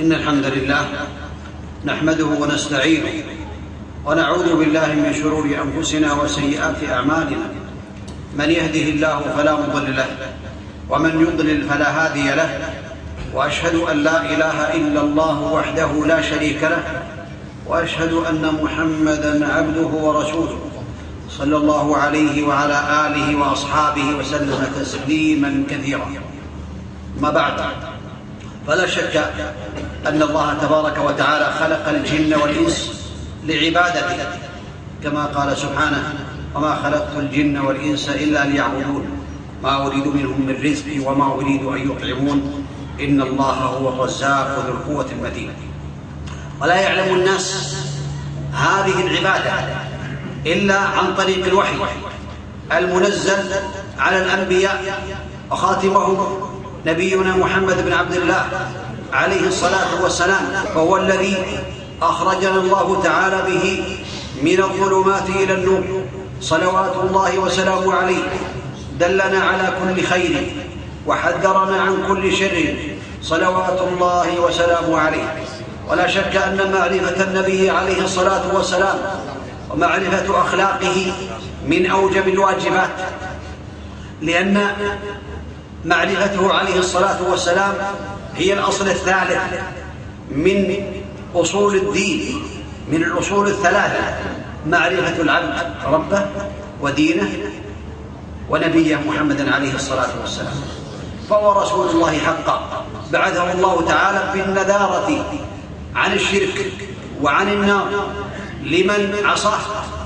إن الحمد لله نحمده ونستعينه ونعوذ بالله من شرور أنفسنا وسيئات أعمالنا. من يهده الله فلا مضل له ومن يضلل فلا هادي له، وأشهد أن لا إله إلا الله وحده لا شريك له، وأشهد أن محمدًا عبده ورسوله صلى الله عليه وعلى آله وأصحابه وسلم تسليمًا كثيرا. ما بعد، فلا شك أن الله تبارك وتعالى خلق الجن والإنس لعبادته، كما قال سبحانه: وما خلقت الجن والإنس إلا ليعبدون ما أريد منهم من رزق وما أريد أن يطعمون إن الله هو الرزاق ذو القوة المتين. ولا يعلم الناس هذه العبادة إلا عن طريق الوحي المنزل على الأنبياء، وخاتمهم نبينا محمد بن عبد الله عليه الصلاة والسلام، وهو الذي أخرجنا الله تعالى به من الظلمات إلى النور، صلوات الله وسلامه عليه. دلنا على كل خير وحذرنا عن كل شر، صلوات الله وسلامه عليه. ولا شك أن معرفة النبي عليه الصلاة والسلام ومعرفة أخلاقه من أوجب الواجبات، لأن معرفته عليه الصلاة والسلام هي الأصل الثالث من أصول الدين، من الأصول الثلاثة: معرفة العبد ربه ودينه ونبيه محمد عليه الصلاة والسلام. فهو رسول الله حقا، بعثه الله تعالى بالنذارة عن الشرك وعن النار لمن عصاه،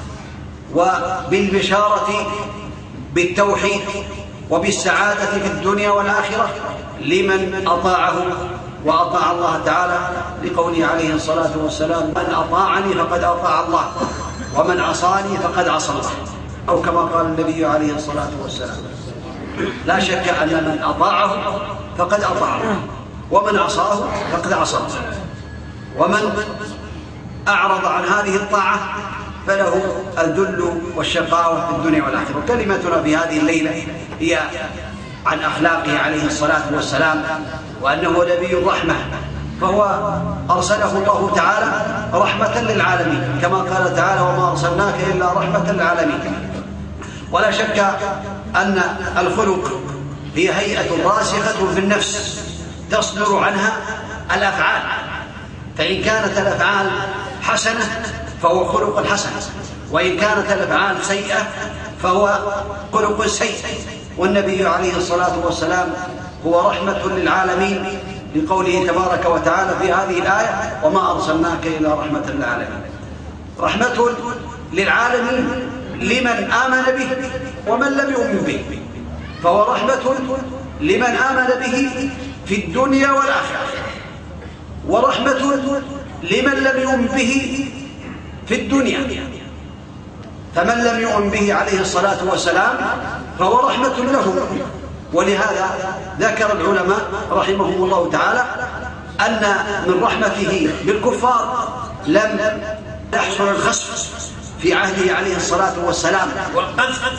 وبالبشارة بالتوحيد وبالسعادة في الدنيا والآخرة لمن أطاعه وأطاع الله تعالى، لقوله عليه الصلاة والسلام: من أطاعني فقد أطاع الله ومن عصاني فقد عصى الله، أو كما قال النبي عليه الصلاة والسلام. لا شك أن من أطاعه فقد أطاع الله، ومن عصاه فقد عصى الله، ومن أعرض عن هذه الطاعة فله الذل والشقاوة في الدنيا والآخرة. كلمتنا في هذه الليلة هي عن أخلاقه عليه الصلاة والسلام، وأنه نبي الرحمة، فهو أرسله الله تعالى رحمة للعالمين، كما قال تعالى: وما أرسلناك إلا رحمة للعالمين. ولا شك أن الخلق هي هيئة راسخة في النفس تصدر عنها الأفعال، فإن كانت الأفعال حسنة فهو خلق حسن، وإن كانت الأفعال سيئة فهو خلق سيء. والنبي عليه الصلاة والسلام هو رحمة للعالمين، لقوله تبارك وتعالى في هذه الآية: وما أرسلناك إلا رحمة للعالمين. رحمة للعالمين لمن آمن به ومن لم يؤمن به، فهو رحمة لمن آمن به في الدنيا والآخرة، ورحمة لمن لم يؤمن به في الدنيا. فمن لم يؤمن به عليه الصلاة والسلام فهو رحمة له. ولهذا ذكر العلماء رحمهم الله تعالى أن من رحمته بالكفار لم يحصل الخسف في عهده عليه الصلاة والسلام والقذف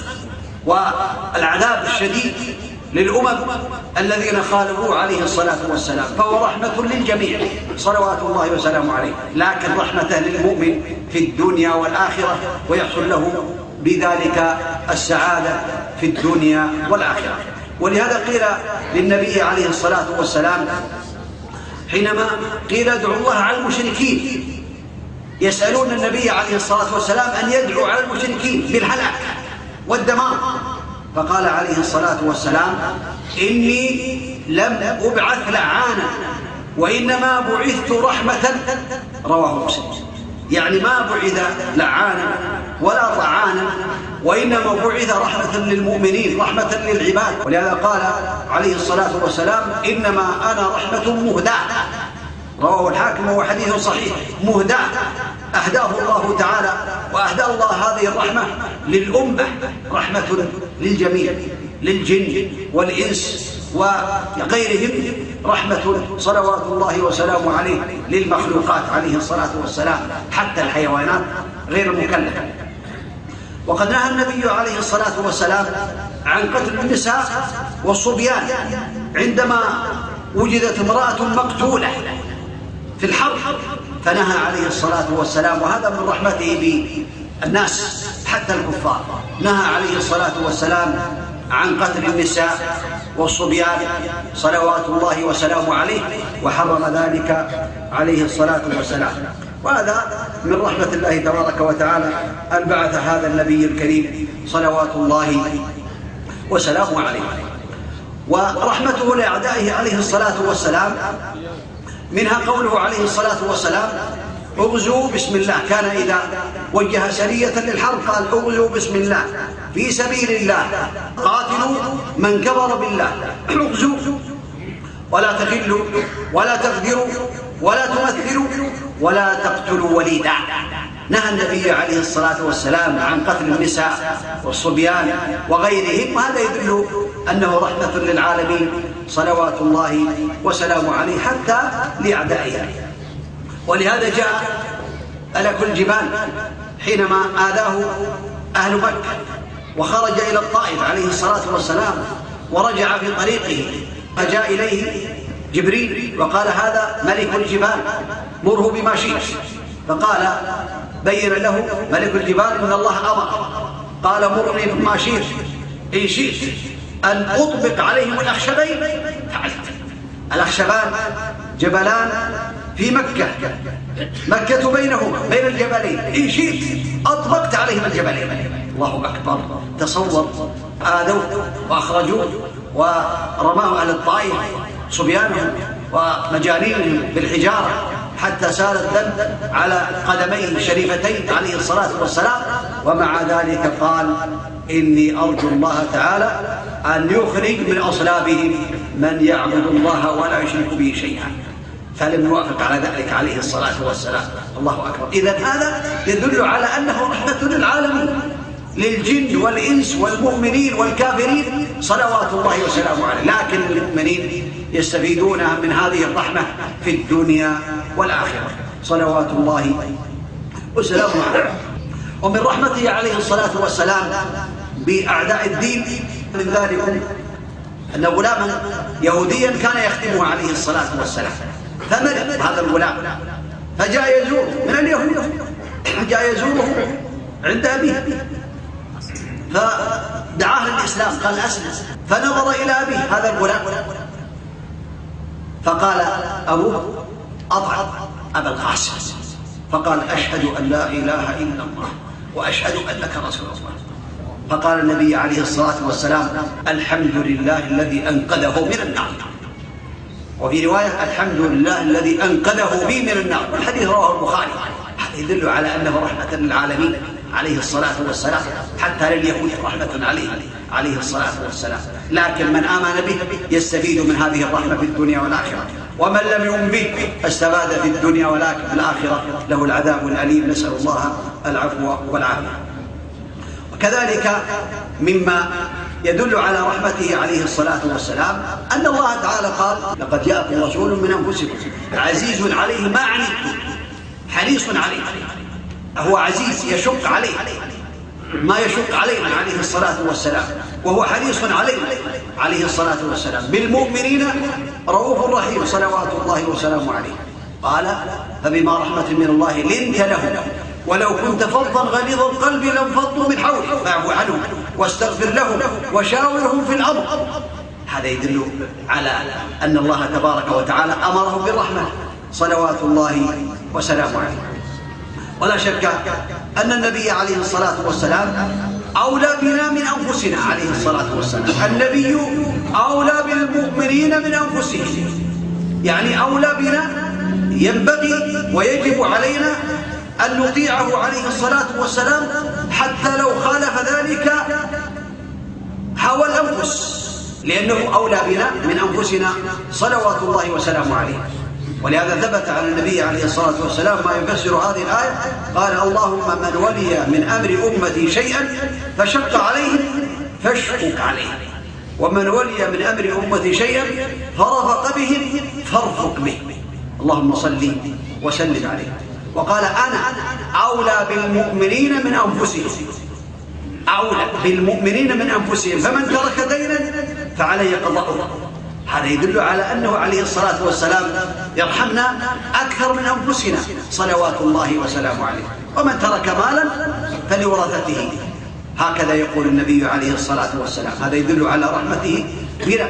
والعذاب الشديد للأمم الذين خالفوه عليه الصلاة والسلام، فهو رحمة للجميع صلوات الله وسلامه عليه، لكن رحمته للمؤمن في الدنيا والآخرة، ويحصل له بذلك السعادة في الدنيا والآخرة. ولهذا قيل للنبي عليه الصلاة والسلام حينما قيل: ادعوا الله على المشركين، يسألون النبي عليه الصلاة والسلام أن يدعو على المشركين بالهلاك والدمار، فقال عليه الصلاة والسلام: إني لم أبعث لعانا وإنما بعثت رحمة. رواه مسلم. يعني ما بعث لعانا ولا طعانا، وإنما بعث رحمة للمؤمنين، رحمة للعباد. ولهذا قال عليه الصلاة والسلام: إنما أنا رحمة مهداة. رواه الحاكم وهو حديث صحيح. مهداة أهداه الله تعالى، وأهدى الله هذه الرحمة للأمة، رحمة للجميع، للجن والإنس وغيرهم، رحمة صلوات الله وسلامه عليه للمخلوقات عليه الصلاة والسلام، حتى الحيوانات غير المكلفة. وقد نهى النبي عليه الصلاة والسلام عن قتل النساء والصبيان. عندما وجدت امرأة مقتولة في الحرب فنهى عليه الصلاة والسلام، وهذا من رحمته بالناس حتى الكفار، نهى عليه الصلاة والسلام عن قتل النساء والصبيان صلوات الله وسلامه عليه، وحرم ذلك عليه الصلاة والسلام. وهذا من رحمة الله تبارك وتعالى أن بعث هذا النبي الكريم صلوات الله وسلامه عليه. ورحمته لأعدائه عليه الصلاة والسلام منها قوله عليه الصلاة والسلام: اغزوا بسم الله. كان إذا وجه سرية للحرب قال: اغزوا بسم الله في سبيل الله، قاتلوا من كفر بالله، اغزوا ولا تغلوا ولا تغدروا ولا تمثلوا ولا تقتلوا وليدا. نهى النبي عليه الصلاة والسلام عن قتل النساء والصبيان وغيرهم، وهذا يدل أنه رحمة للعالمين صلوات الله وسلامه عليه حتى لأعدائه. ولهذا جاء ملك الجبال حينما آذاه أهل مكة وخرج إلى الطائف عليه الصلاة والسلام ورجع في طريقه، فجاء إليه جبريل وقال: هذا ملك الجبال مره بما شئت. فقال بين له ملك الجبال إن الله أمر، قال: مرني بما شئت، إن شئت أن أطبق عليهم الأخشبين فعلت. الأخشبان جبلان في مكة، مكة بينهما بين الجبلين، إن شئت أطبقت عليهم الجبلين. الله أكبر. تصور، آذوا وأخرجوه ورماه على الطائف صبيانهم ومجانينهم بالحجارة حتى سال الدم على قدميه الشريفتين عليه الصلاة والسلام، ومع ذلك قال: إني أرجو الله تعالى أن يخرج من أصلابهم من يعبد الله ولا يشرك به شيئا، فلم يوافق على ذلك عليه الصلاة والسلام. الله أكبر. إذن هذا يدل على أنه رحمة للعالمين، للجن والإنس والمؤمنين والكافرين صلوات الله وسلامه عليه. لكن المؤمنين يستفيدون من هذه الرحمة في الدنيا والآخرة صلوات الله وسلامه عليه. ومن رحمته عليه الصلاة والسلام بأعداء الدين من ذلك أن غلاما يهوديا كان يخدمه عليه الصلاة والسلام، فمرض هذا الغلام فجاء يزوره من اليهود، جاء يزوره عند أبيه فدعاه للإسلام، قال: أسلم. فنظر إلى أبيه هذا الغلام فقال أبوه: أطع أبا القاسم. فقال: أشهد أن لا إله إلا الله وأشهد أنك رسول الله. فقال النبي عليه الصلاة والسلام: الحمد لله الذي أنقذه من النار. وفي رواية: الحمد لله الذي أنقذه بي من النار. الحديث رواه البخاري. هذا يدل على أنه رحمة للعالمين عليه الصلاة والسلام، حتى لليهود رحمة عليه الصلاة والسلام. لكن من آمن به يستفيد من هذه الرحمة في الدنيا والآخرة، ومن لم يؤمن به استفاد في الدنيا والآخرة له العذاب الأليم، نسأل الله العفو والعافية. وكذلك مما يدل على رحمته عليه الصلاة والسلام أن الله تعالى قال: لقد جاءكم رسول من أنفسكم عزيز عليه ما عنتم حريص عليه. هو عزيز يشق عليه ما يشق علينا عليه الصلاة والسلام، وهو حريص علينا عليه الصلاة والسلام، بالمؤمنين رؤوف رحيم صلوات الله وسلامه عليه. قال: فبما رحمة من الله لنت لهم ولو كنت فظا غليظ القلب لانفضوا من حولك فاعف عنهم واستغفر لهم وشاورهم في الأمر. هذا يدل على أن الله تبارك وتعالى أمره بالرحمة صلوات الله وسلامه عليه. ولا شك أن النبي عليه الصلاة والسلام أولى بنا من أنفسنا عليه الصلاة والسلام. النبي أولى بالمؤمنين من أنفسهم، يعني أولى بنا، ينبغي ويجب علينا أن نطيعه عليه الصلاة والسلام حتى لو خالف ذلك هوى الأنفس، لأنه أولى بنا من أنفسنا صلوات الله وسلامه عليه. ولهذا ثبت على النبي عليه الصلاة والسلام ما يفسر هذه الآية، قال: اللهم من ولي من أمر أمتي شيئا فشق عليه فاشقق عليه، ومن ولي من أمر أمتي شيئا فرفق به فارفق به. اللهم صل وسلم عليه. وقال: أنا أولى بالمؤمنين من أنفسهم، أولى بالمؤمنين من أنفسهم، فمن ترك دينا فعليه قضاؤه. هذا يدل على أنه عليه الصلاة والسلام يرحمنا أكثر من أنفسنا صلوات الله وسلامه عليه. ومن ترك مالا فلورثته، هكذا يقول النبي عليه الصلاة والسلام. هذا يدل على رحمته بنا،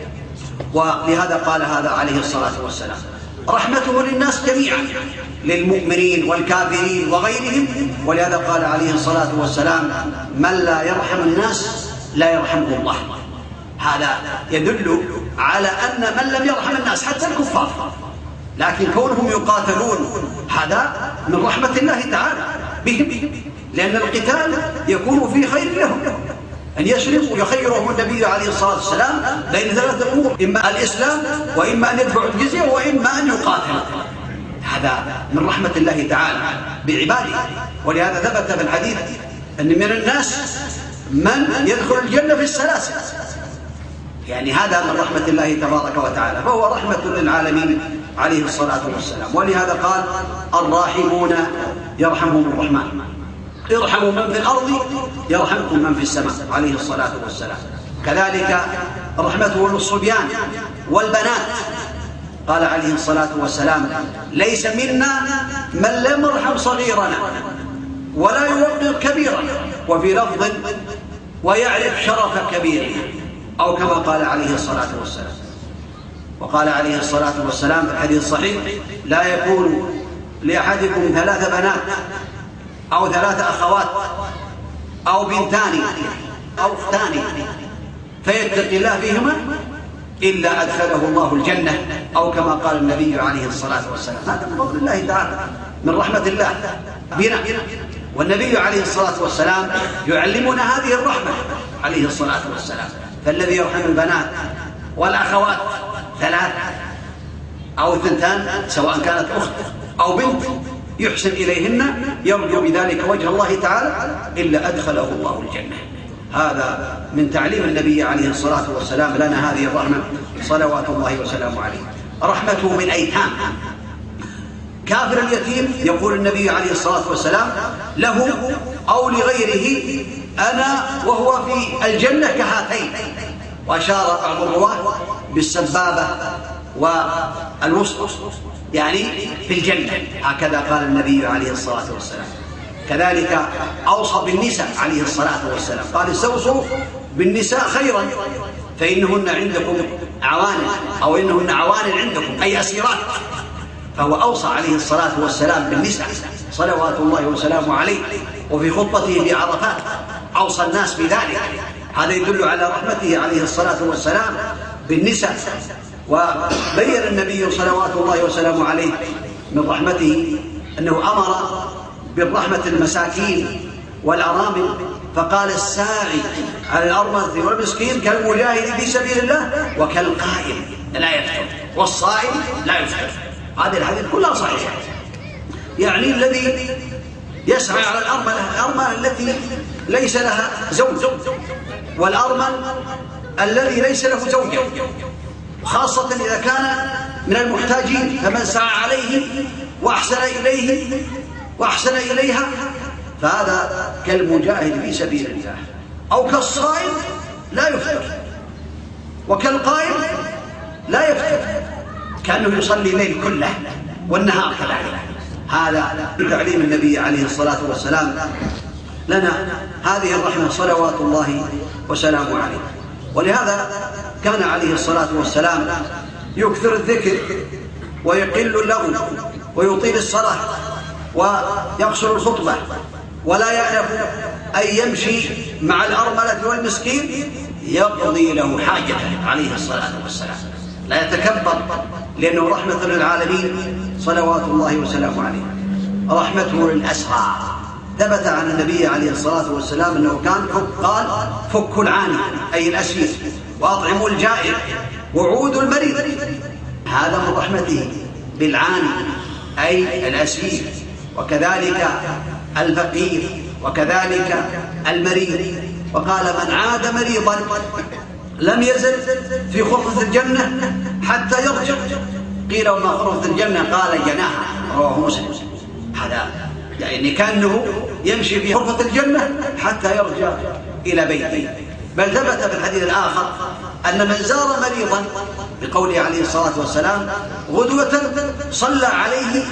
ولهذا قال هذا عليه الصلاة والسلام. رحمته للناس جميعا، للمؤمنين والكافرين وغيرهم، ولهذا قال عليه الصلاة والسلام: من لا يرحم الناس لا يرحمه الله. هذا يدل على أن من لم يرحم الناس حتى الكفار، لكن كونهم يقاتلون هذا من رحمة الله تعالى بهم، لأن القتال يكون فيه خير لهم. أن يسلموا يخيرهم النبي عليه الصلاة والسلام بين ثلاثة أمور: إما الإسلام، وإما أن يدفعوا الجزية، وإما أن يقاتلوا. هذا من رحمة الله تعالى بعباده. ولهذا ثبت في الحديث أن من الناس من يدخل الجنة في السلاسل، يعني هذا من رحمة الله تبارك وتعالى، فهو رحمة للعالمين عليه الصلاة والسلام. ولهذا قال: الراحمون يرحمهم الرحمن، ارحموا من في الأرض يرحمكم من في السماء، عليه الصلاة والسلام. كذلك رحمته للصبيان والبنات، قال عليه الصلاة والسلام: ليس منا من لم يرحم صغيرنا ولا يوقر كبيرنا، وفي لفظ: ويعرف شرف كبيرنا، أو كما قال عليه الصلاة والسلام. وقال عليه الصلاة والسلام في الحديث الصحيح: لا يكون لأحدكم 3 بنات أو 3 أخوات أو بنتان أو أختان فيتقي الله فيهما إلا أدخله الله الجنة، أو كما قال النبي عليه الصلاة والسلام. هذا من فضل الله تعالى، من رحمة الله بنا. والنبي عليه الصلاة والسلام يعلمنا هذه الرحمة عليه الصلاة والسلام. فالذي يرحم البنات والأخوات 3 أو 2، سواء كانت أخت أو بنت، يحسن إليهن يرجو بذلك وجه الله تعالى إلا أدخله الله الجنة. هذا من تعليم النبي عليه الصلاة والسلام لنا هذه الرحمة صلوات الله وسلامه عليه. رحمته بالأيتام، كافر اليتيم يقول النبي عليه الصلاة والسلام: له أو لغيره أنا وهو في الجنة كهاتين. وأشار بعض الرواة بالسبابة والوسطى، يعني في الجنة، هكذا قال النبي عليه الصلاة والسلام. كذلك أوصى بالنساء عليه الصلاة والسلام، قال: استوصوا بالنساء خيرا فإنهن عندكم عوان، أو إنهن عوان عندكم، أي أسيرات. فهو أوصى عليه الصلاة والسلام بالنساء صلوات الله وسلامه عليه. وفي خطبته بعرفات أوصى الناس بذلك. هذا يدل على رحمته عليه الصلاة والسلام بالنساء. وبين النبي صلوات الله وسلامه عليه من رحمته أنه أمر بالرحمة المساكين والأرامل، فقال: الساعي على الأرملة والمسكين كالمجاهد في سبيل الله وكالقائم لا يفتر والصائم لا يفطر. هذه الحديث كلها صحيحة، يعني الذي يسعى على الأرملة التي ليس لها زوج، والأرمل الذي ليس له زوجة، وخاصة إذا كان من المحتاجين، فمن سعى عليه وأحسن إليها فهذا كالمجاهد في سبيل الله، أو كالصائم لا يفطر، وكالقائم لا يفطر، كأنه يصلي الليل كله والنهار كذلك. هذا تعليم النبي عليه الصلاة والسلام لنا هذه الرحمة صلوات الله وسلامه عليه. ولهذا كان عليه الصلاة والسلام يكثر الذكر ويقل اللغو ويطيل الصلاة ويقصر الخطبة، ولا يألف أن يمشي مع الأرملة والمسكين يقضي له حاجته عليه الصلاة والسلام، لا يتكبر، لأنه رحمة للعالمين صلوات الله وسلامه عليه. رحمته للأسرى، ثبت عن النبي عليه الصلاة والسلام أنه كان قال: فكوا العاني أي الأسير، وأطعموا الجائع، وعودوا المريض. هذا من رحمته بالعاني أي الأسير، وكذلك الفقير، وكذلك المريض. وقال: من عاد مريضا لم يزل في غرفة الجنة حتى يرجع. قيل: وما غرفة الجنة؟ قال: جناحها، رواه مسلم. هذا يعني كأنه يمشي في غرفة الجنة حتى يرجع إلى بيته. بل ثبت في الحديث الآخر أن من زار مريضا بقوله عليه الصلاة والسلام: غدوة صلى عليه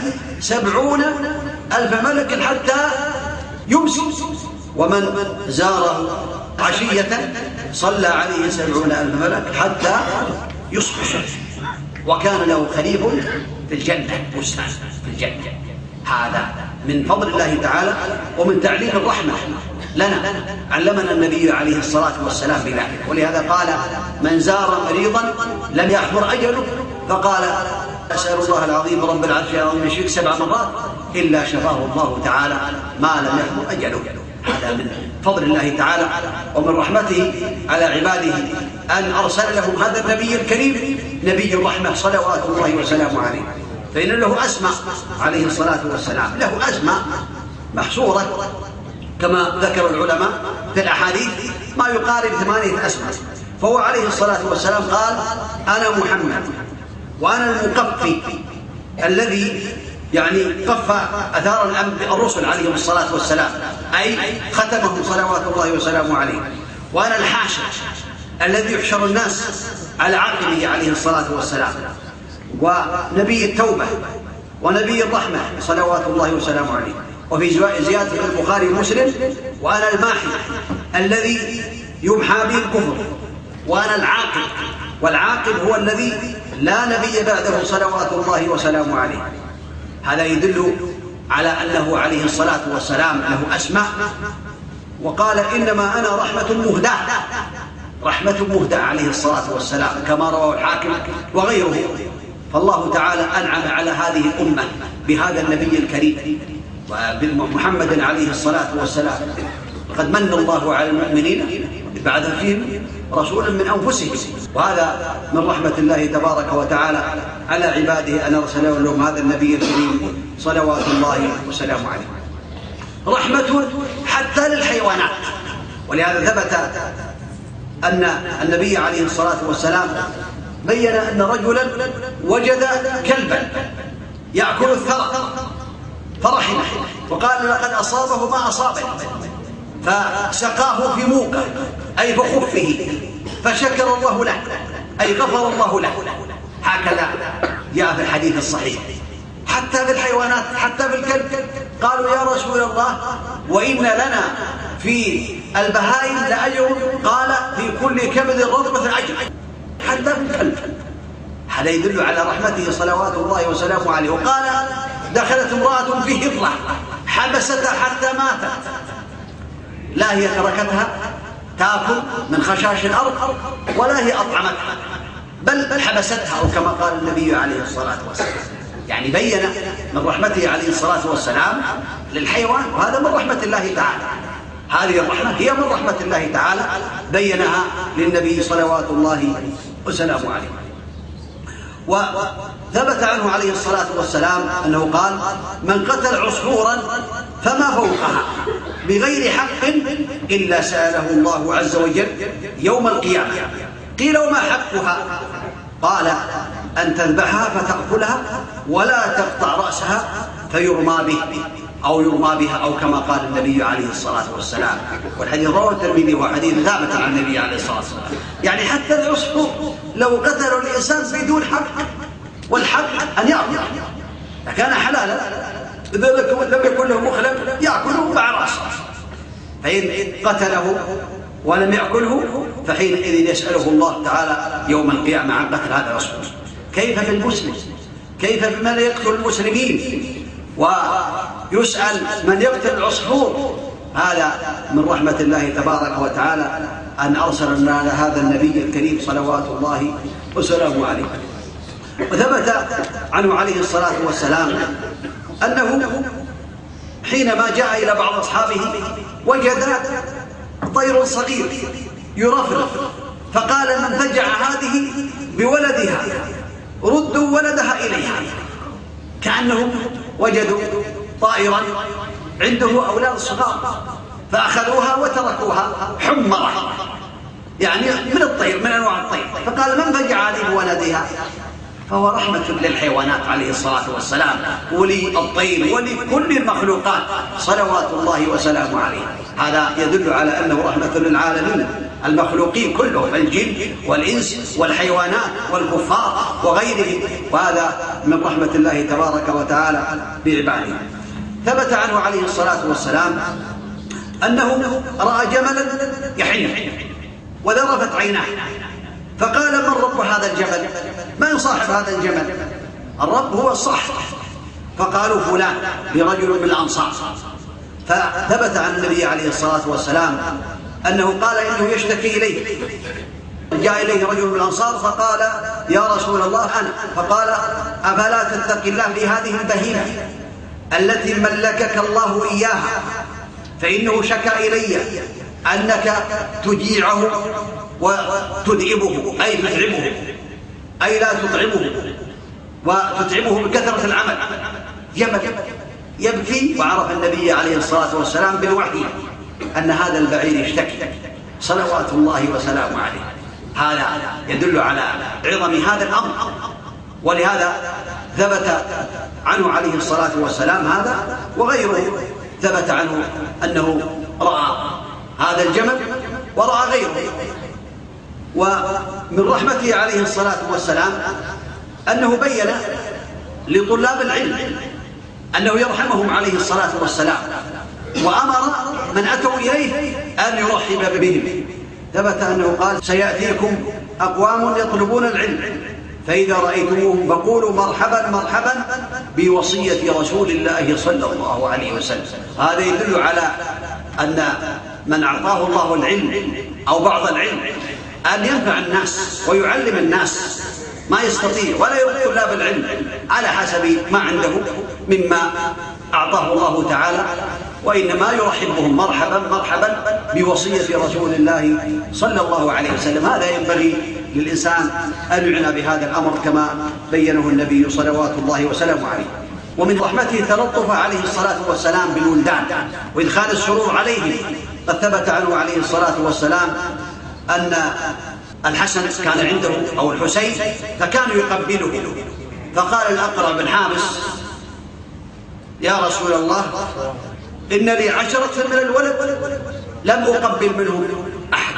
70,000 ملك حتى يمسي، ومن زاره عشية صلى عليه 70,000 ملك حتى يصبح. وكان له خليف في الجنة، بستان في الجنة. هذا من فضل الله تعالى ومن تعليم الرحمة لنا، علمنا النبي عليه الصلاة والسلام بذلك. ولهذا قال: من زار مريضا لم يحضر أجله فقال: أسأل الله العظيم رب العرش العظيم يشفيك 7 مرات إلا شفاه الله تعالى ما لم يحضر أجله. هذا من فضل الله تعالى ومن رحمته على عباده أن أرسل لهم هذا النبي الكريم نبي الرحمة صلوات الله وسلامه عليه. فإن له أسماء عليه الصلاة والسلام، له أسماء محصورة كما ذكر العلماء في الأحاديث ما يقارب 8 أسماء. فهو عليه الصلاة والسلام قال: أنا محمد، وأنا المقفي الذي يعني قفى أثار الرسل عليهم الصلاة والسلام، أي ختمهم صلوات الله وسلامه عليه. وأنا الحاشر الذي يحشر الناس على عقبه عليه الصلاة والسلام، ونبي التوبة ونبي الرحمة صلوات الله وسلامه عليه. وفي زيادة في البخاري ومسلم: وأنا الماحي الذي يمحى به الكفر، وأنا العاقب، والعاقب هو الذي لا نبي بعده صلوات الله وسلامه عليه. هذا يدل على أنه عليه الصلاة والسلام له أسماء. وقال: إنما أنا رحمة مهداة، رحمة مهداة عليه الصلاة والسلام، كما رواه الحاكم وغيره. فالله تعالى أنعم على هذه الأمة بهذا النبي الكريم وبمحمد عليه الصلاة والسلام. لقد من الله على المؤمنين بعد فيهم رسولا من أنفسهم. وهذا من رحمة الله تبارك وتعالى على عباده أن أرسل لهم هذا النبي الكريم صلوات الله وسلامه عليه. رحمة حتى للحيوانات. ولهذا ثبت أن النبي عليه الصلاة والسلام بين أن رجلا وجد كلبا يأكل الثرى فرحمه، وقال: لقد أصابه ما أصابه، فسقاه في موقه أي بخفه، فشكر الله له أي غفر الله له. هكذا جاء في الحديث الصحيح. حتى في الحيوانات، حتى في الكلب. قالوا: يا رسول الله، وإن لنا في البهائم لأجر؟ قال: في كل كبد رطبة أجر. حتى في الكلب. هذا يدل على رحمته صلوات الله وسلامه عليه. وقال: دخلت امرأة في هضلة حبستها حتى ماتت، لا هي تركتها تأكل من خشاش الأرض ولا هي أطعمتها، بل حبستها، أو كما قال النبي عليه الصلاة والسلام. يعني بين من رحمته عليه الصلاة والسلام للحيوان، وهذا من رحمة الله تعالى. هذه الرحمة هي من رحمة الله تعالى بينها للنبي صلوات الله وسلامه عليه. وثبت عنه عليه الصلاة والسلام أنه قال: من قتل عصفورا فما فوقها بغير حق إلا سأله الله عز وجل يوم القيامة. قيل: وما حقها؟ قال: أن تذبحها فتأكلها ولا تقطع رأسها فيرمى به أو يرمى بها، أو كما قال النبي عليه الصلاة والسلام. والحديث رواه الترمذي وحديث ثابت عن النبي عليه الصلاة والسلام. يعني حتى العصفور لو قتله الإنسان بدون حق، والحق أن يأكل، لكان حلالا، إذا لم يكن له مخلب يأكله مع رأسه. فإن قتله ولم يأكله فحينئذ يسأله الله تعالى يوم القيامة عن قتل هذا العصفور. كيف بالمسلم؟ كيف بمن يقتل المسلمين؟ ويسأل من يقتل العصفور. هذا من رحمة الله تبارك وتعالى أن أرسل لنا هذا النبي الكريم صلوات الله وسلامه عليه. وثبت عنه عليه الصلاة والسلام أنه حينما جاء إلى بعض أصحابه وجد طير صغير يرفرف، فقال: من فجع هذه بولدها ردوا ولدها إليها. كأنهم وجدوا طائرا عنده أولاد صغار فأخذوها وتركوها حمرة، يعني من الطير، من أنواع الطير. فقال: من فجع هذه بولدها؟ فهو رحمة للحيوانات عليه الصلاة والسلام، وللطير ولكل المخلوقات صلوات الله وسلامه عليه. هذا يدل على أنه رحمة للعالمين المخلوقين كلهم، الجن والإنس والحيوانات والكفار وغيرهم، وهذا من رحمة الله تبارك وتعالى بعباده. ثبت عنه عليه الصلاة والسلام أنه رأى جملا يحن وذرفت عيناه، فقال: من رب هذا الجمل؟ من صاحب هذا الجمل؟ الرب هو الصاحب. فقالوا: فلان، لرجل من الأنصار. فثبت عن النبي عليه الصلاة والسلام أنه قال إنه يشتكي إليه. جاء إليه رجل من الأنصار فقال: يا رسول الله أنا. فقال: أفلا تتقي الله لهذه البهيمة التي ملكك الله إياها، فإنه شكا إلي أنك تجيعه وتدعبه، أي تتعبه، أي لا تطعمه وتتعبه بكثرة العمل. يبكي. وعرف النبي عليه الصلاة والسلام بالوحي أن هذا البعير يشتكي صلوات الله وسلامه عليه. هذا يدل على عظم هذا الأمر، ولهذا ثبت عنه عليه الصلاة والسلام هذا وغيره. ثبت عنه أنه رأى هذا الجمل ورأى غيره. ومن رحمته عليه الصلاة والسلام أنه بين لطلاب العلم أنه يرحمهم عليه الصلاة والسلام، وأمر من أتوا إليه أن يرحب بهم. ثبت أنه قال: سيأتيكم أقوام يطلبون العلم، فإذا رأيتموهم فقولوا مرحبا مرحبا بوصية رسول الله صلى الله عليه وسلم. هذا يدل على أن من أعطاه الله العلم أو بعض العلم أن ينفع الناس ويعلم الناس ما يستطيع، ولا يؤتي طلاب العلم على حسب ما عنده مما أعطاه الله تعالى، وإنما يرحبهم مرحبا مرحبا بوصية رسول الله صلى الله عليه وسلم. هذا ينبغي للإنسان أن يعنى بهذا الأمر كما بينه النبي صلوات الله وسلامه عليه. ومن رحمته تلطف عليه الصلاة والسلام بالولدان وإدخال السرور عليهم. قد ثبت عنه عليه الصلاة والسلام أن الحسن كان عنده أو الحسين فكان يقبله، فقال الأقرع بن حابس: يا رسول الله، إن لي 10 من الولد لم أقبل منهم أحد.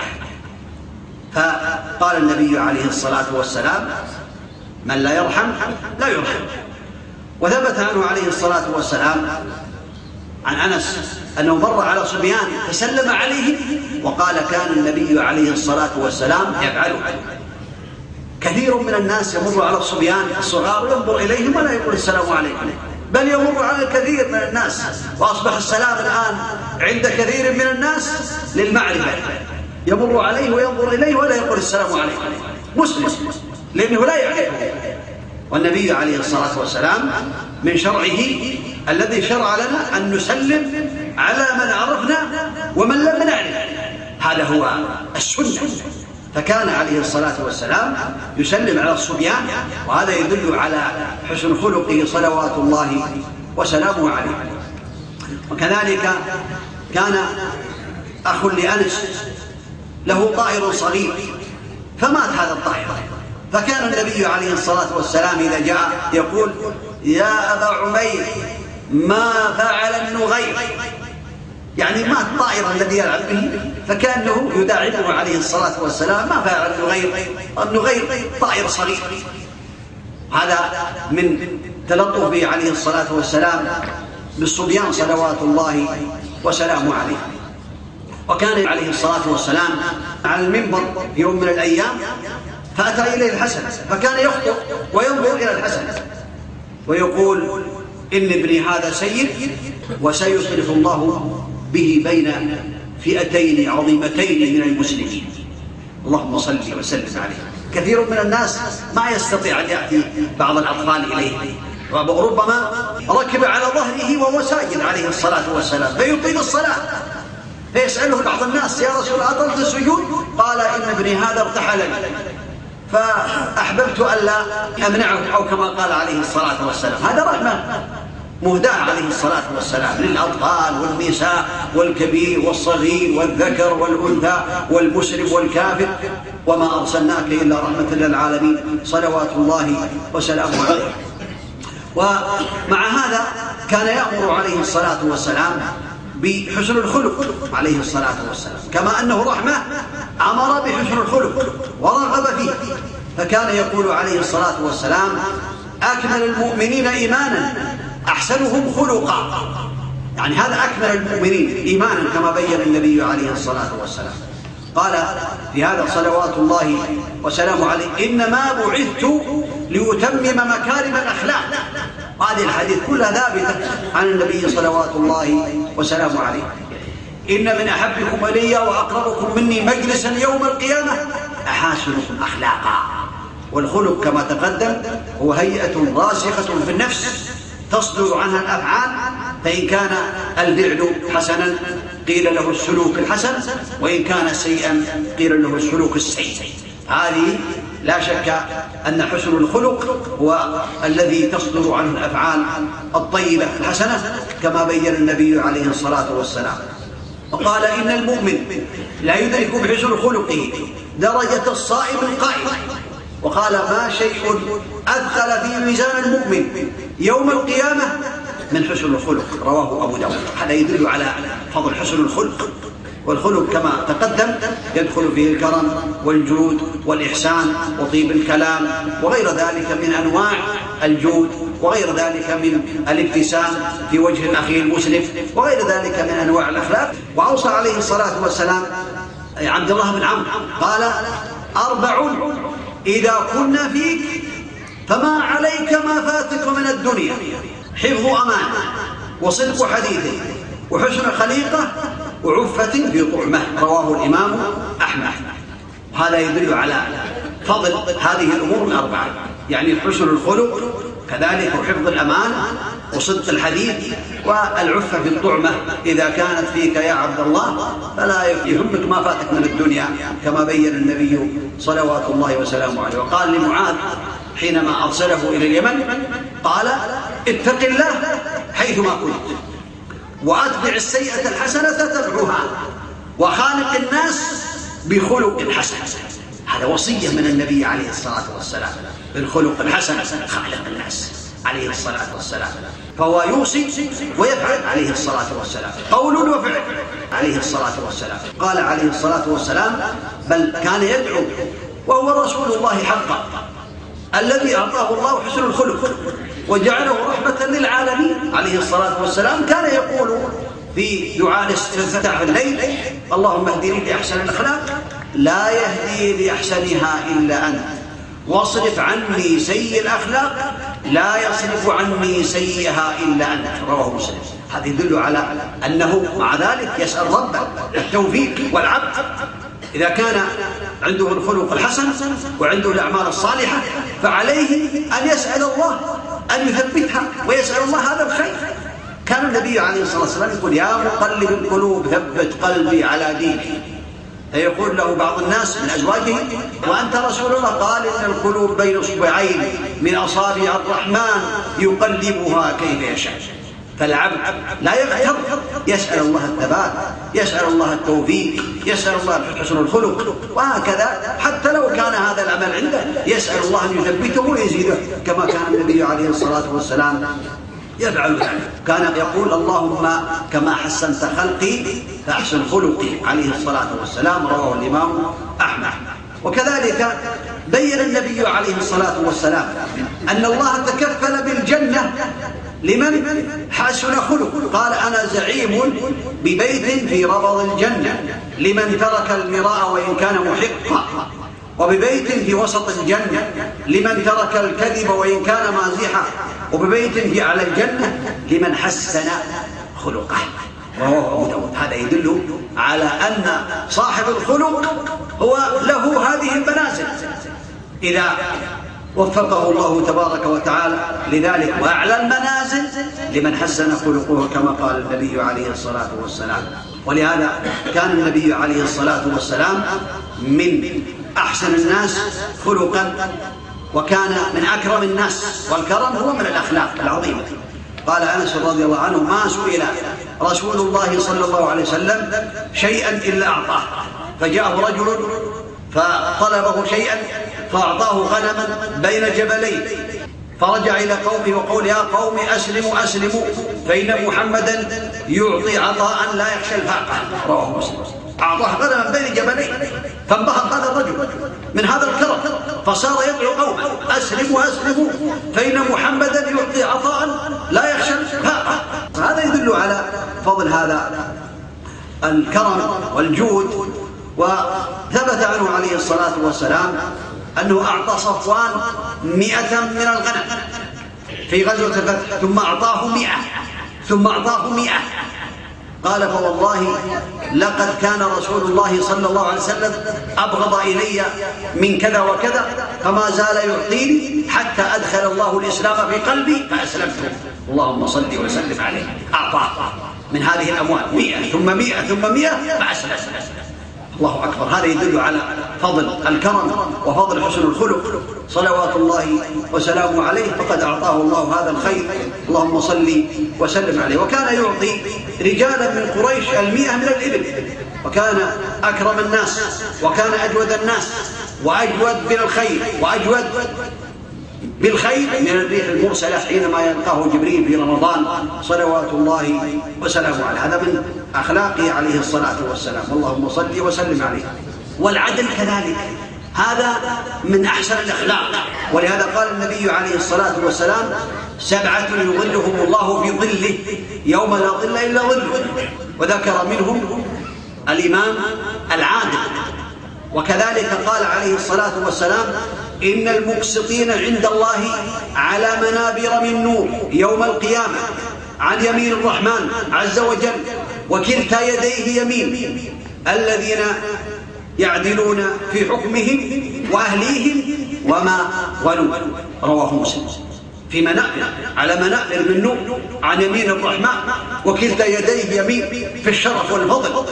فقال النبي عليه الصلاة والسلام: من لا يرحم لا يرحم. وثبت عنه عليه الصلاة والسلام عن أنس أنه مر على صبيان فسلم عليهم وقال: كان النبي عليه الصلاة والسلام يفعله. كثير من الناس يمر على الصبيان الصغار وينظر إليهم ولا يقول السلام عليكم، بل يمر على الكثير من الناس، وأصبح السلام الآن عند كثير من الناس للمعرفة، يمر عليه وينظر إليه ولا يقول السلام عليكم مسلم، لأنه لا يعرفه. والنبي عليه الصلاة والسلام من شرعه الذي شرع لنا أن نسلم على من عرفنا ومن لم نعرف، هذا هو السنة. فكان عليه الصلاة والسلام يسلم على الصبيان، وهذا يدل على حسن خلقه صلوات الله وسلامه عليه. وكذلك كان أخ لأنس له طائر صغير فمات هذا الطائر، فكان النبي عليه الصلاة والسلام إذا جاء يقول: يا أبا عمير، ما فعل النغير؟ يعني مات الطائر الذي يلعب به، فكأنه يداعبه عليه الصلاة والسلام: ما فعل النغير طائر صغير. هذا من تلطفه عليه الصلاة والسلام بالصبيان صلوات الله وسلامه عليه. وكان عليه الصلاة والسلام على المنبر في يوم من الأيام فأتى إليه الحسن، فكان يخطب وينظر إلى الحسن ويقول: إن ابني هذا سيد وسيصلح الله به بين فئتين عظيمتين من المسلمين، اللهم صل وسلم عليه. كثير من الناس ما يستطيع أن يأتي بعض الأطفال إليه، وربما ركب على ظهره وهو ساجد عليه الصلاة والسلام فيطيل الصلاة، فيسأله بعض الناس: يا رسول الله، أطلت السجود؟ قال: إن ابني هذا ارتحلني فأحببت ألا أمنعه، أو كما قال عليه الصلاة والسلام. هذا رحمة مهداة عليه الصلاة والسلام للأطفال والنساء والكبير والصغير والذكر والأنثى والمسلم والكافر، وما أرسلناك إلا رحمة للعالمين صلوات الله وسلامه عليه. ومع هذا كان يأمر عليه الصلاة والسلام بحسن الخلق عليه الصلاة والسلام، كما أنه رحمة أمر بحسن الخلق ورغب فيه، فكان يقول عليه الصلاة والسلام: أكمل المؤمنين إيمانا أحسنهم خلقا. يعني هذا أكمل المؤمنين إيمانا كما بين النبي عليه الصلاة والسلام. قال في هذا صلوات الله وسلامه عليه: إنما بعثت لأتمم مكارم الأخلاق. هذه الحديث كلها ثابتة عن النبي صلوات الله وسلامه عليه. إن من أحبكم إلي وأقربكم مني مجلسا يوم القيامة أحاسنكم أخلاقا. والخلق كما تقدم هو هيئة راسخة في النفس تصدر عنها الأفعال، فإن كان الفعل حسنا قيل له السلوك الحسن، وإن كان سيئا قيل له السلوك السيء. هذه لا شك أن حسن الخلق هو الذي تصدر عنه الأفعال الطيبة الحسنة كما بين النبي عليه الصلاة والسلام. وقال: إن المؤمن لا يدرك بحسن خلقه درجة الصائم القائم. وقال: ما شيء أدخل في ميزان المؤمن يوم القيامة من حسن الخلق. رواه أبو داود. هذا يدل على فضل حسن الخلق. والخلق كما تقدم يدخل فيه الكرم والجود والإحسان وطيب الكلام وغير ذلك من أنواع الجود، وغير ذلك من الابتسام في وجه الأخي المسلم، وغير ذلك من أنواع الأخلاق. وأوصى عليه الصلاة والسلام عبد الله بن عمرو قال: 4 إذا كنا فيك فما عليك ما فاتك من الدنيا: حفظ أمانة، وصدق حديث، وحسن خليقة، وعفة في طعمة. رواه الإمام أحمد. هذا يدل على فضل هذه الأمور ال4، يعني حسن الخلق، كذلك حفظ الأمانة، وصدق الحديث، والعفة في الطعمة. إذا كانت فيك يا عبد الله فلا يهمك ما فاتك من الدنيا، كما بين النبي صلوات الله وسلامه عليه. وقال لمعاذ حينما أرسله إلى اليمن قال: اتق الله حيثما كنت، وأتبع السيئة الحسنة تتبعها، وخالق الناس بخلق حسن. هذا وصية من النبي عليه الصلاة والسلام بالخلق الحسن، خالق الناس عليه الصلاة والسلام. فهو يوصي ويفعل عليه الصلاة والسلام، قول وفعل عليه الصلاة والسلام. قال عليه الصلاة والسلام: بل كان يدعو وهو رسول الله حقا، الذي أعطاه الله حسن الخلق وجعله رحمة للعالمين عليه الصلاة والسلام. كان يقول في دعاء الاستفتاح الليل: اللهم اهدني لأحسن الأخلاق لا يهدي لأحسنها إلا أنت، واصرف عني سيء الأخلاق لا يصرف عني سيئها إلا أنت. رواه مسلم. هذا يدل على أنه مع ذلك يسأل ربه التوفيق والعبد. إذا كان عنده الخلق الحسن وعنده الأعمال الصالحة فعليه أن يسأل الله أن يثبتها، ويسأل الله هذا الخير. كان النبي عليه الصلاة والسلام يقول: يا مقلب القلوب ثبت قلبي على دينك. فيقول له بعض الناس من أزواجه: وأنت رسول الله؟ قال: إن القلوب بين إصبعين من أصابع الرحمن يقلبها كيف يشاء. فالعبد لا يغتر، يسأل الله الثبات، يسأل الله التوفيق، يسأل الله حسن الخلق، وهكذا حتى لو كان هذا العمل عنده يسأل الله أن يثبته ويزيده، كما كان النبي عليه الصلاة والسلام يفعل ذلك. كان يقول: اللهم كما حسنت خلقي فأحسن خلقي عليه الصلاة والسلام. رواه الإمام أحمد. وكذلك بين النبي عليه الصلاة والسلام أن الله تكفل بالجنة لمن حسن خلق. قال: أنا زعيم ببيت في ربض الجنة لمن ترك المراء وإن كان محقا، وببيت في وسط الجنة لمن ترك الكذب وإن كان مازحا، وببيت في أعلى الجنة لمن حسن خلقه. رواه أبو داود. هذا يدل على أن صاحب الخلق هو له هذه المنازل إذا وفقه الله تبارك وتعالى لذلك. وأعلى المنازل لمن حسن خلقه كما قال النبي عليه الصلاة والسلام. ولهذا كان النبي عليه الصلاة والسلام من أحسن الناس خلقا، وكان من أكرم الناس، والكرم هو من الأخلاق العظيمة. قال أنس رضي الله عنه: ما سئل رسول الله صلى الله عليه وسلم شيئا إلا أعطاه، فجاءه رجل فطلبه شيئا فأعطاه غنما بين جبلين فرجع إلى قومه وقول يا قوم أسلموا أسلموا فإن محمدا يعطي عطاء لا يخشى الفاقة. رواه مسلم. أعطاه غنما بين جبلين فانبهر هذا الرجل من هذا الكرم فصار يدعو قومه أسلموا أسلموا فإن محمدا يعطي عطاء لا يخشى الفاقة. هذا يدل على فضل هذا الكرم والجود. وثبت عنه عليه الصلاة والسلام أنه أعطى صفوان 100 من الغنم في غزوة الفتح ثم أعطاه 100 ثم أعطاه 100. قال فوالله لقد كان رسول الله صلى الله عليه وسلم أبغض إلي من كذا وكذا فما زال يعطيني حتى أدخل الله الإسلام في قلبي فأسلمت. اللهم صل وسلم عليه. أعطاه من هذه الأموال 100 ثم 100 ثم 100 فأسلم. الله أكبر. هذا يدل على فضل الكرم وفضل حسن الخلق صلوات الله وسلامه عليه. فقد أعطاه الله هذا الخير. اللهم صل وسلم عليه. وكان يعطي رجالا من قريش 100 من الإبل وكان أكرم الناس وكان أجود الناس وأجود بالخير وأجود بالخير من الريح المرسلة حينما يلقاه جبريل في رمضان صلوات الله وسلامه عليه. هذا من أخلاقه عليه الصلاة والسلام. اللهم صل وسلم عليه. والعدل كذلك هذا من أحسن الأخلاق. ولهذا قال النبي عليه الصلاة والسلام 7 يظلهم الله في ظله يوم لا ظل إلا ظله. وذكر منهم الإمام العادل. وكذلك قال عليه الصلاة والسلام إن المقسطين عند الله على منابر من نور يوم القيامة عن يمين الرحمن عز وجل وكلتا يديه يمين الذين يعدلون في حكمهم وأهليهم وما ولوا. رواه مسلم. في منابر على منابر من نور عن يمين الرحمن وكلتا يديه يمين في الشرف والفضل.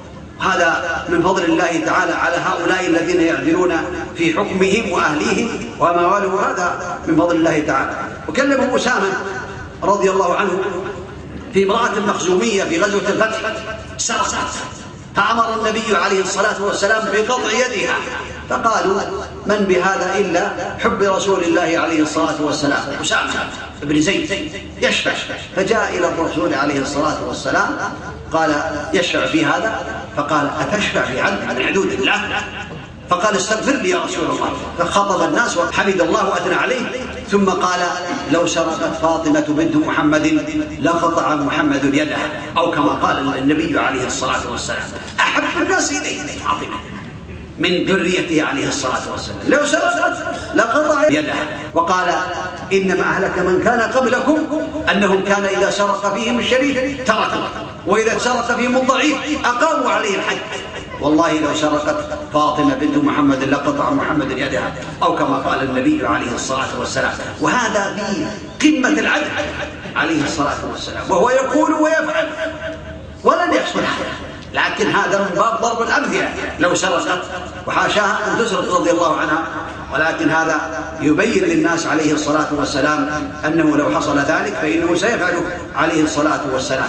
هذا من فضل الله تعالى على هؤلاء الذين يعدلون في حكمهم وأهليهم وما والوا. هذا من فضل الله تعالى. وكلم أسامة رضي الله عنه في امرأة مخزومية في غزوة الفتح سرقت فأمر النبي عليه الصلاة والسلام بقطع يدها فقالوا من بهذا إلا حب رسول الله عليه الصلاة والسلام. أسامة بن زيد يشفع فجاء إلى الرسول عليه الصلاة والسلام قال يشفع في هذا فقال أتشفع في عدل من حدود الله؟ فقال استغفر لي يا رسول الله. فخطب الناس وحمد الله وأثنى عليه ثم قال لو سرقت فاطمة بنت محمد لقطع محمد يدها أو كما قال النبي عليه الصلاة والسلام. أحب الناس إليه فاطمة من ذريته عليه الصلاة والسلام لو سرقت لقطع يدها. وقال إنما أهلك من كان قبلكم أنهم كان إذا سرق فيهم الشريف تركوا وإذا سرق فيهم الضعيف أقاموا عليه الحد. والله لو سرقت فاطمة بنت محمد لقطع محمد يدها أو كما قال النبي عليه الصلاة والسلام. وهذا في قمة العدل عليه الصلاة والسلام وهو يقول ويفعل ولن يحصل هذا. لكن هذا من باب ضرب الأمثلة. لو سرقت وحاشاها أن تسرق رضي الله عنها ولكن هذا يبين للناس عليه الصلاة والسلام أنه لو حصل ذلك فإنه سيفعله عليه الصلاة والسلام.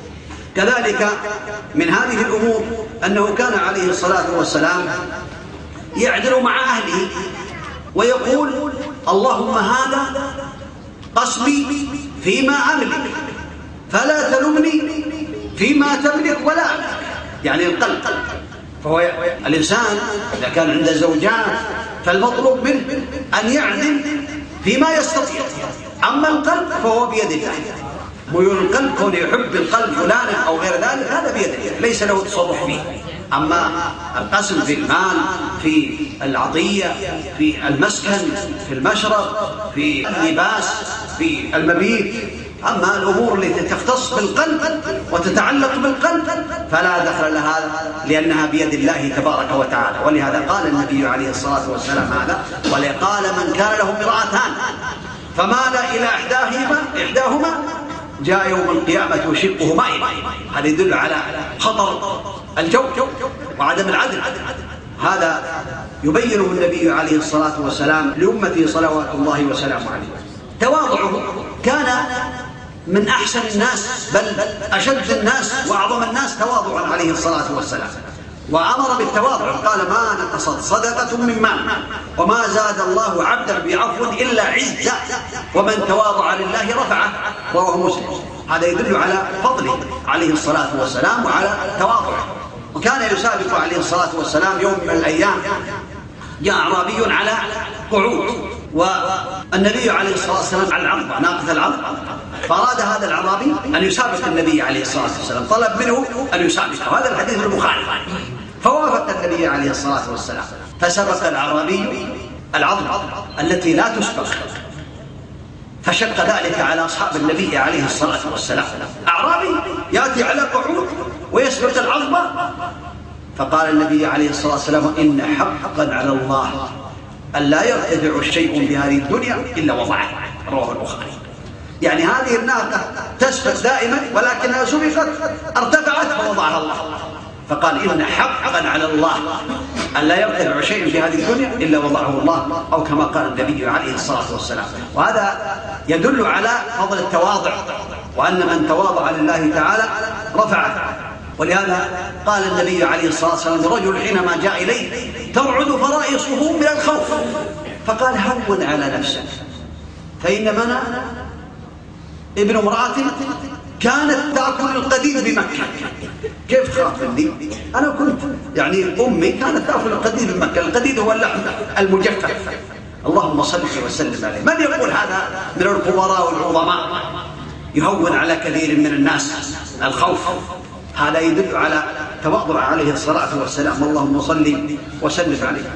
كذلك من هذه الأمور أنه كان عليه الصلاة والسلام يعدل مع أهله ويقول اللهم هذا قسمي فيما أملك فلا تلمني فيما تملك ولا أملك. يعني القلب. فهو الإنسان إذا كان عنده زوجات فالمطلوب منه أن يعدل فيما يستطيع. أما القلب فهو بيد الله. ميول القلب كون يحب القلب فلانا أو غير ذلك هذا بيده ليس له تصرف فيه. أما القسم في المال في العطية في المسكن في المشرب في اللباس في المبيت أما الأمور التي تختص بالقلب وتتعلق بالقلب فلا دخل لها لأنها بيد الله تبارك وتعالى. ولهذا قال النبي عليه الصلاة والسلام هذا ولقال من كان له امرأتان فمال إلى إحداهما جاء يوم القيامة وشقه مائل. هذا يدل على خطر الجور وعدم العدل. هذا يبينه النبي عليه الصلاة والسلام لأمته صلوات الله وسلامه عليه. تواضعه كان من أحسن الناس بل أشد الناس وأعظم الناس تواضعا عليه الصلاة والسلام. وأمر بالتواضع، قال ما نقصت صدقة من مال وما زاد الله عبدا بعفو إلا عزا ومن تواضع لله رفعه، رواه مسلم. هذا يدل على فضله عليه الصلاة والسلام وعلى تواضعه. وكان يسابق عليه الصلاة والسلام يوم من الأيام جاء أعرابي على قعود، والنبي عليه الصلاة والسلام على العظمة ناقة العظمة، فأراد هذا الأعرابي أن يسابق النبي عليه الصلاة والسلام، طلب منه أن يسابقه، هذا الحديث البخاري. فوافق النبي عليه الصلاة والسلام فسبق الأعرابي العظمة التي لا تسبق، فشق ذلك على أصحاب النبي عليه الصلاة والسلام. أعرابي يأتي على قعود ويسبق العظمة، فقال النبي عليه الصلاة والسلام إن حقا على الله أن لا يرتفع شيء بهذه الدنيا إلا وضعه، رواه البخاري. يعني هذه الناقة تسبق دائما ولكنها سبقت ارتفعت فوضعها الله، فقال إن حقا على الله أن لا يرتفع شيء في هذه الدنيا إلا وضعه الله، أو كما قال النبي عليه الصلاة والسلام. وهذا يدل على فضل التواضع، وأن من تواضع لله تعالى رفعه. ولهذا قال النبي عليه الصلاة والسلام لرجل حينما جاء إليه ترعد فرائصه من الخوف، فقال هون على نفسك فإن من ابن امرأة كانت تأكل القديد بمكة. كيف تخاف مني؟ أنا كنت أمي كانت تأكل القديد بمكة، القديد هو اللحم المجفف. اللهم صل وسلم عليه. من يقول هذا من الكبراء والعظماء يهون على كثير من الناس الخوف؟ هذا يدل على تواضع عليه الصلاة والسلام، اللهم صل وسلم عليه.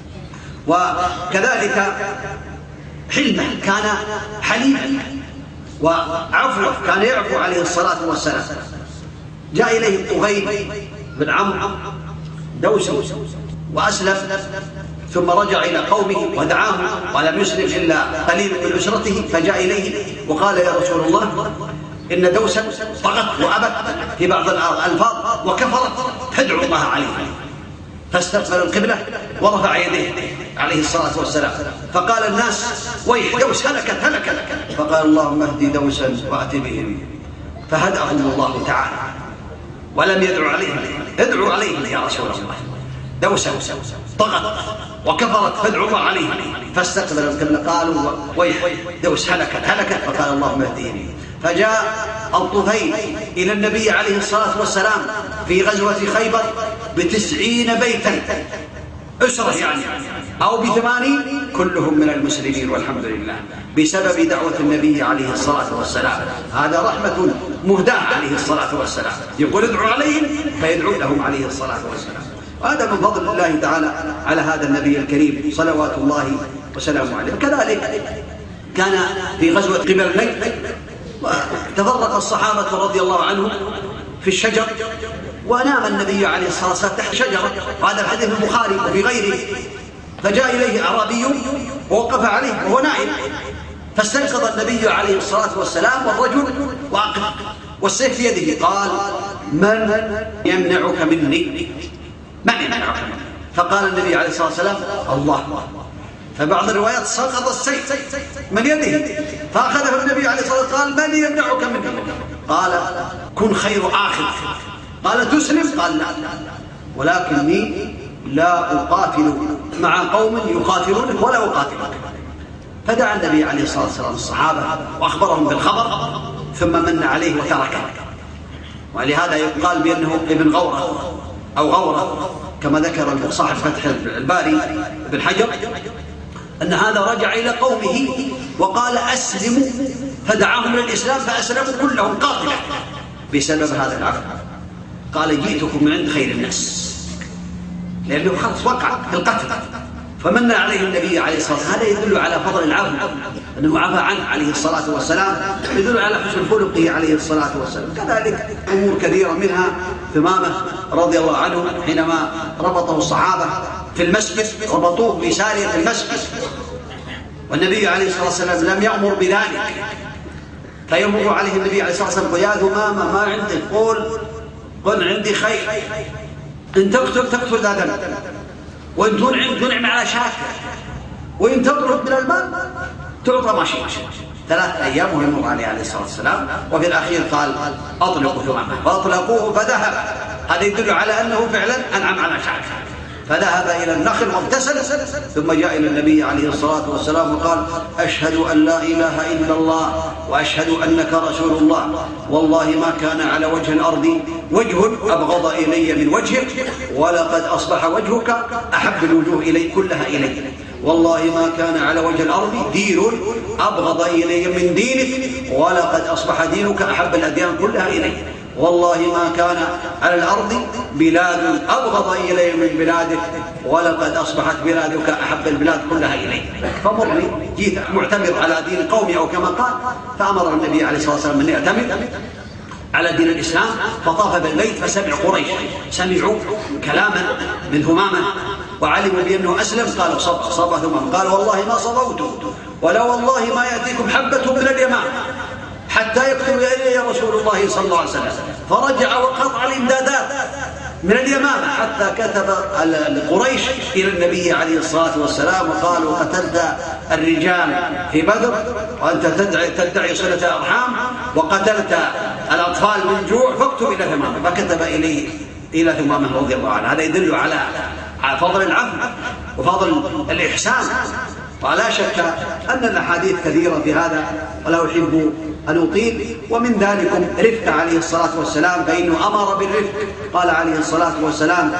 وكذلك حلمه، كان حليما، وعفوه كان يعفو عليه الصلاة والسلام. جاء إليه الطفيل بن عمرو دوسي وأسلم، ثم رجع إلى قومه ودعاهم ولم يسلم إلا قليل من أسرته، فجاء إليه وقال يا رسول الله إن دوسا طغت وأبت في بعض الألفاظ وكفرت، فادعوا الله عليه. فاستقبل القبلة ورفع يديه عليه الصلاة والسلام، فقال الناس ويح دوس هلكت، فقال اللهم اهدي دوسا وأت بهم، فهدأهم الله تعالى ولم يدعو عليهم. ادعوا عليهم يا رسول الله، دوسا طغت وكفرت فادعوا الله عليهم. فاستقبل القبلة قالوا ويح دوس هلكت، فقال اللهم اهديهم. فجاء الطفيل إلى النبي عليه الصلاة والسلام في غزوة خيبر ب90 بيتا أسرة أو ب80، كلهم من المسلمين والحمد لله بسبب دعوة النبي عليه الصلاة والسلام. هذا رحمة مهداة عليه الصلاة والسلام، يقول ادعوا عليهم فيدعو لهم عليه الصلاة والسلام. وهذا من فضل الله تعالى على هذا النبي الكريم صلوات الله وسلامه عليه. كذلك كان في غزوة قبل الليل وتفرق الصحابة رضي الله عنهم في الشجر، ونام النبي عليه الصلاة والسلام تحت شجرة، وهذا الحديث في البخاري وفي غيره. فجاء إليه أعرابي ووقف عليه وهو نائم، فاستيقظ النبي عليه الصلاة والسلام والرجل واقف والسيف في يده، قال من يمنعك مني؟ من يمنعك مني؟ فقال النبي عليه الصلاة والسلام الله. فبعض الروايات سقط السيف من يده، فأخذه النبي عليه الصلاة والسلام قال من يمنعك مني؟ قال كن خير آخر. قال تسلم؟ قال لا، ولكني لا أقاتل مع قوم يقاتلونك ولا أقاتلك. فدعا النبي عليه الصلاة والسلام الصحابة وأخبرهم بالخبر، ثم من عليه وتركه. ولهذا يقال بأنه ابن غورة أو غورة كما ذكر صاحب فتح الباري ابن حجر، أن هذا رجع إلى قومه وقال أسلموا، فدعاهم للإسلام فأسلموا كلهم قاتلا بسبب هذا العفو. قال جئتكم من عند خير الناس، لأنه خلص وقع في القتل، فمن عليه النبي عليه الصلاة والسلام. هذا يدل على فضل العفو، أنه عفى عنه عليه الصلاة والسلام، يدل على حسن خلقه عليه الصلاة والسلام. كذلك أمور كثيرة، منها ثمامة رضي الله عنه حينما ربطه الصحابة في المسجد، ربطوه بسارية المسجد، والنبي عليه الصلاة والسلام لم يأمر بذلك، فيمر عليه النبي عليه الصلاة والسلام يا ثمامة ما عندك؟ قل عندي خير، إن تقتل ذا دم، وإن تنعم على شاكر، وإن تطلب من المال تعطى ما شئت. 3 أيام ويمر عليه الصلاة والسلام، وفي الأخير قال أطلقوا ثمامة، فأطلقوه فذهب هذا يدل على أنه فعلا أنعم على شعبه. فذهب إلى النخل واغتسل، ثم جاء إلى النبي عليه الصلاة والسلام وقال: أشهد أن لا إله إلا الله وأشهد أنك رسول الله، والله ما كان على وجه الأرض وجه أبغض إلي من وجهك، ولقد أصبح وجهك أحب الوجوه إلي كلها إلي، والله ما كان على وجه الأرض دين أبغض إلي من دينك، ولقد أصبح دينك أحب الأديان كلها إلي، والله ما كان على الأرض بلاد أبغض إلي من بلادك، ولقد أصبحت بلادك أحب البلاد كلها إلي. فمرني جيت معتمد على دين قومي أو كما قال، فأمر النبي عليه الصلاة والسلام أن يعتمد على دين الإسلام. فطاف بالبيت فسمع قريش، سمعوا كلاما من همامة وعلموا بأنه أسلم، قالوا صب ثم قال: والله ما صبوت، ولا والله ما يأتيكم حبة من اليمام حتى يكتب إلي رسول الله صلى الله عليه وسلم. فرجع وقطع الإمدادات من اليمامة حتى كتب قريش إلى النبي عليه الصلاة والسلام وقالوا: قتلت الرجال في بدر وأنت تدعي صلة الأرحام، وقتلت الأطفال من جوع، فاكتب إلى ثمامة. فكتب إليه إلى ثمامة رضي الله عنه. هذا يدل على فضل العفو وفضل الإحسان. ولا شك أن الأحاديث كثيرة في هذا ولا أحب أن أطيل. ومن ذلك رفق عليه الصلاة والسلام، فإنه أمر بالرفق. قال عليه الصلاة والسلام: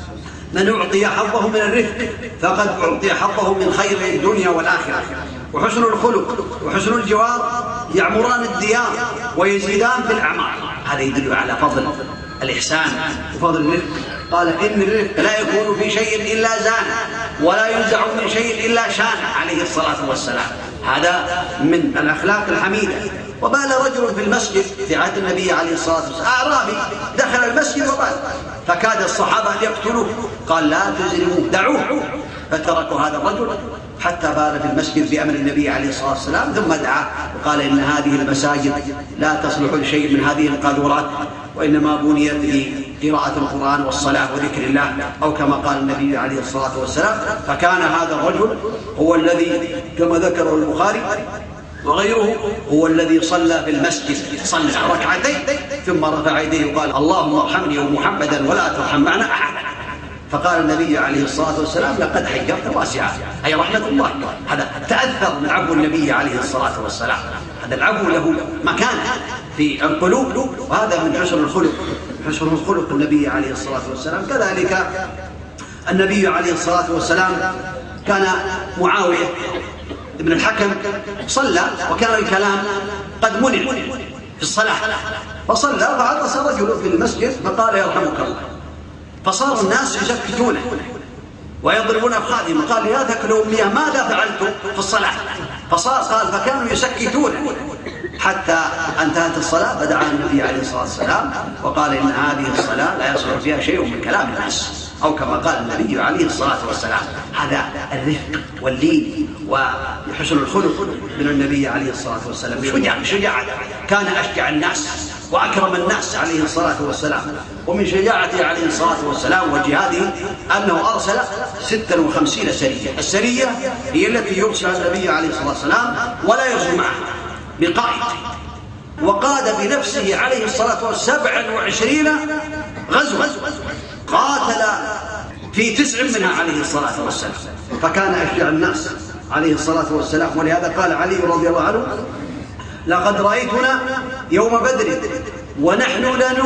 من أعطي حظه من الرفق فقد أعطي حظه من خير الدنيا والآخرة. وحسن الخلق وحسن الجوار يعمران الديار ويزيدان في الأعمار. هذا يدل على فضل الإحسان وفضل الرفق. قال: إن الرفق لا يكون في شيء إلا زانه، ولا ينزع من شيء إلا شانه عليه الصلاة والسلام. هذا من الأخلاق الحميدة. وبال رجل في المسجد في عهد النبي عليه الصلاة والسلام، أعرابي دخل المسجد وبال، فكاد الصحابة أن يقتلوه، قال: لا تزرموه، دعوه. فتركوا هذا الرجل حتى بال في المسجد بأمر النبي عليه الصلاة والسلام، ثم دعا وقال: إن هذه المساجد لا تصلح لشيء من هذه القاذورات، وإنما بنيت لقراءة القرآن والصلاة وذكر الله، أو كما قال النبي عليه الصلاة والسلام. فكان هذا الرجل هو الذي كما ذكره البخاري وغيره هو الذي صلى في المسجد، صلى ركعتين ثم رفع يديه وقال: اللهم ارحمني ومحمدا ولا ترحم معنا أحد. فقال النبي عليه الصلاة والسلام: لقد حجرت واسعة، أي رحمة الله. هذا تأثر من عفو النبي عليه الصلاة والسلام. هذا العفو له مكان في القلوب، وهذا من حسن الخلق، حسن الخلق النبي عليه الصلاة والسلام. كذلك النبي عليه الصلاة والسلام كان معاوية ابن الحكم صلى، وكان الكلام قد منع في الصلاة، فصلى فعطس رجل في المسجد فقال: يرحمك الله. فصار الناس يسكتونه ويضربون أفخاذهم. قال: يا ذكر أمي ماذا فعلت في الصلاة؟ قال: فكانوا يسكتونه حتى انتهت الصلاة. فدعا النبي عليه الصلاة والسلام وقال: إن هذه الصلاة لا يصلح فيها شيء من كلام الناس، أو كما قال النبي عليه الصلاة والسلام. هذا الرفق واللين وحسن الخلق من النبي عليه الصلاة والسلام. شجاعة، كان أشجع الناس وأكرم الناس عليه الصلاة والسلام. ومن شجاعته عليه الصلاة والسلام وجهاده أنه أرسل 56 سرية. السرية هي التي يرسل النبي عليه الصلاة والسلام ولا يغزو معه بقائد، وقاد بنفسه عليه الصلاة والسلام 27 غزوة، قاتل في 9 منها عليه الصلاة والسلام. فكان أشجع الناس عليه الصلاة والسلام. ولهذا قال علي رضي الله عنه: لقد رأيتنا يوم بدر ونحن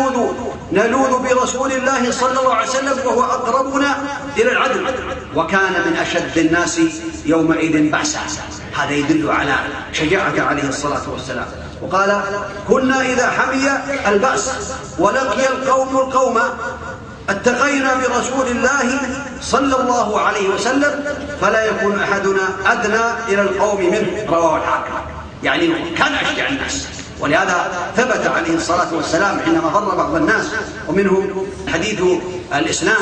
نلوذ برسول الله صلى الله عليه وسلم وهو أقربنا إلى العدل، وكان من أشد الناس يومئذ بأسا. هذا يدل على شجاعة عليه الصلاة والسلام. وقال: كنا إذا حمي البأس ولقي القوم اتقينا برسول الله صلى الله عليه وسلم فلا يكون أحدنا أدنى إلى القوم منه. رواه الحاكم. يعني كان أشجع الناس. ولهذا ثبت عليه الصلاة والسلام حينما فر بعض الناس ومنهم حديث الإسلام،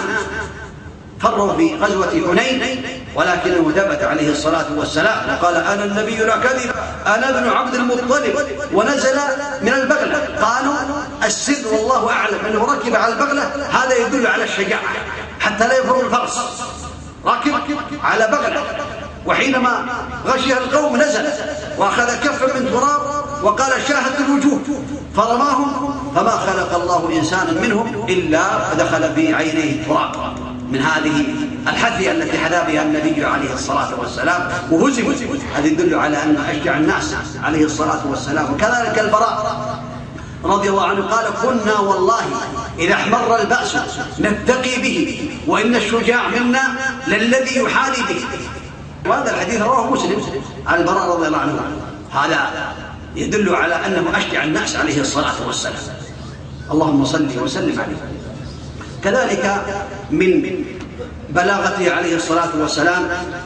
فروا في غزوة حنين، ولكنه ثبت عليه الصلاة والسلام وقال: أنا النبي لا كذب، أنا ابن عبد المطلب. ونزل من البغلة. قالوا السر والله أعلم أنه ركب على البغلة، هذا يدل على الشجاعة حتى لا يفر الفرس. ركب على بغلة، وحينما غشيها القوم نزل وأخذ كفا من تراب وقال شاهت الوجوه فرماهم فما خلق الله إنسانا منهم إلا دخل في عينيه التراب، من هذه الحثية التي حذا بها النبي عليه الصلاة والسلام وهزم. هذا يدل على أنه أشجع الناس عليه الصلاة والسلام. وكذلك البراء رضي الله عنه قال كنا والله إذا احمر البأس نتقي به وإن الشجاع منا للذي يحالي به. وهذا الحديث رواه مسلم عن البراء رضي الله عنه. هذا يدل على أنه أشجع الناس عليه الصلاة والسلام. اللهم صل وسلم عليه. كذلك من بلاغته عليه الصلاة والسلام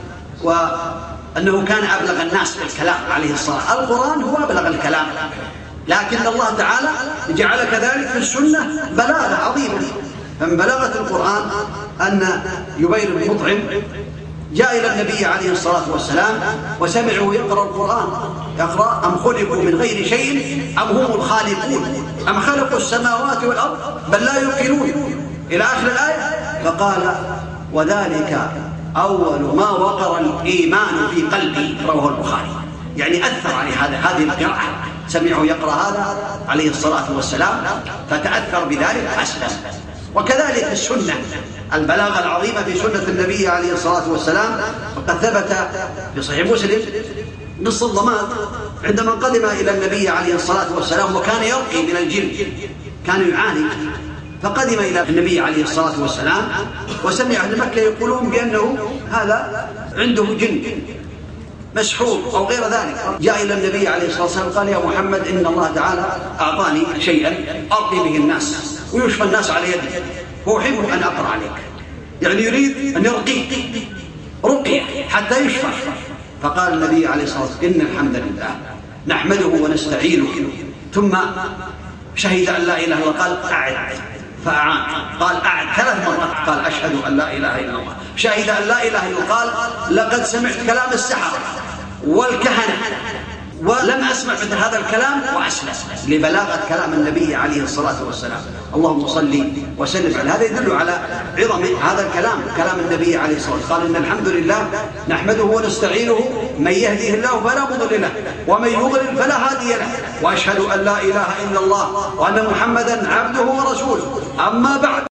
وأنه كان أبلغ الناس بالكلام عليه الصلاة. القرآن هو أبلغ الكلام، لكن الله تعالى جعل كذلك في السنة بلاغة عظيمة. فمن بلاغة القرآن أن جبير بن مطعم جاء إلى النبي عليه الصلاة والسلام وسمعه يقرأ القرآن، يقرأ أم خلقوا من غير شيء أم هم الخالقون أم خلقوا السماوات والأرض بل لا يوقنون إلى آخر الآية. فقال وذلك أول ما وقر الإيمان في قلبي، رواه البخاري. يعني أثر عليه هذه القراءة، سمعه يقرأ هذا عليه الصلاة والسلام فتأثر بذلك أسلم. وكذلك السنة، البلاغة العظيمة في سنة النبي عليه الصلاة والسلام. وقد ثبت في صحيح مسلم نص الضماد عندما قدم إلى النبي عليه الصلاة والسلام وكان يرقي من الجن، كان يعاني، فقدم إلى النبي عليه الصلاة والسلام وسمع أهل مكة يقولون بأنه هذا عنده جن مسحور أو غير ذلك. جاء إلى النبي عليه الصلاة والسلام قال يا محمد إن الله تعالى أعطاني شيئا أرقي به الناس ويشفى الناس على يدي، وأحب أن أقرأ عليك. يعني يريد أن يرقيك رقية حتى يشفى. فقال النبي عليه الصلاة والسلام إن الحمد لله نحمده ونستعينه. ثم شهد أن لا إله إلا الله قال أعد، فأعاد، قال أعد 3 مرات، قال أشهد أن لا إله إلا الله. شهد أن لا إله إلا الله قال لقد سمعت كلام السحرة والكهنة ولم أسمع مثل هذا الكلام وأسلم، لبلاغة كلام النبي عليه الصلاة والسلام. اللهم صل وسلم على هذا. يدل على عظم هذا الكلام، كلام النبي عليه الصلاة والسلام. قال إن الحمد لله نحمده ونستعينه من يهده الله فلا مضل له ومن يضلل فلا هادي له وأشهد أن لا إله إلا الله وأن محمدا عبده ورسوله. أما بعد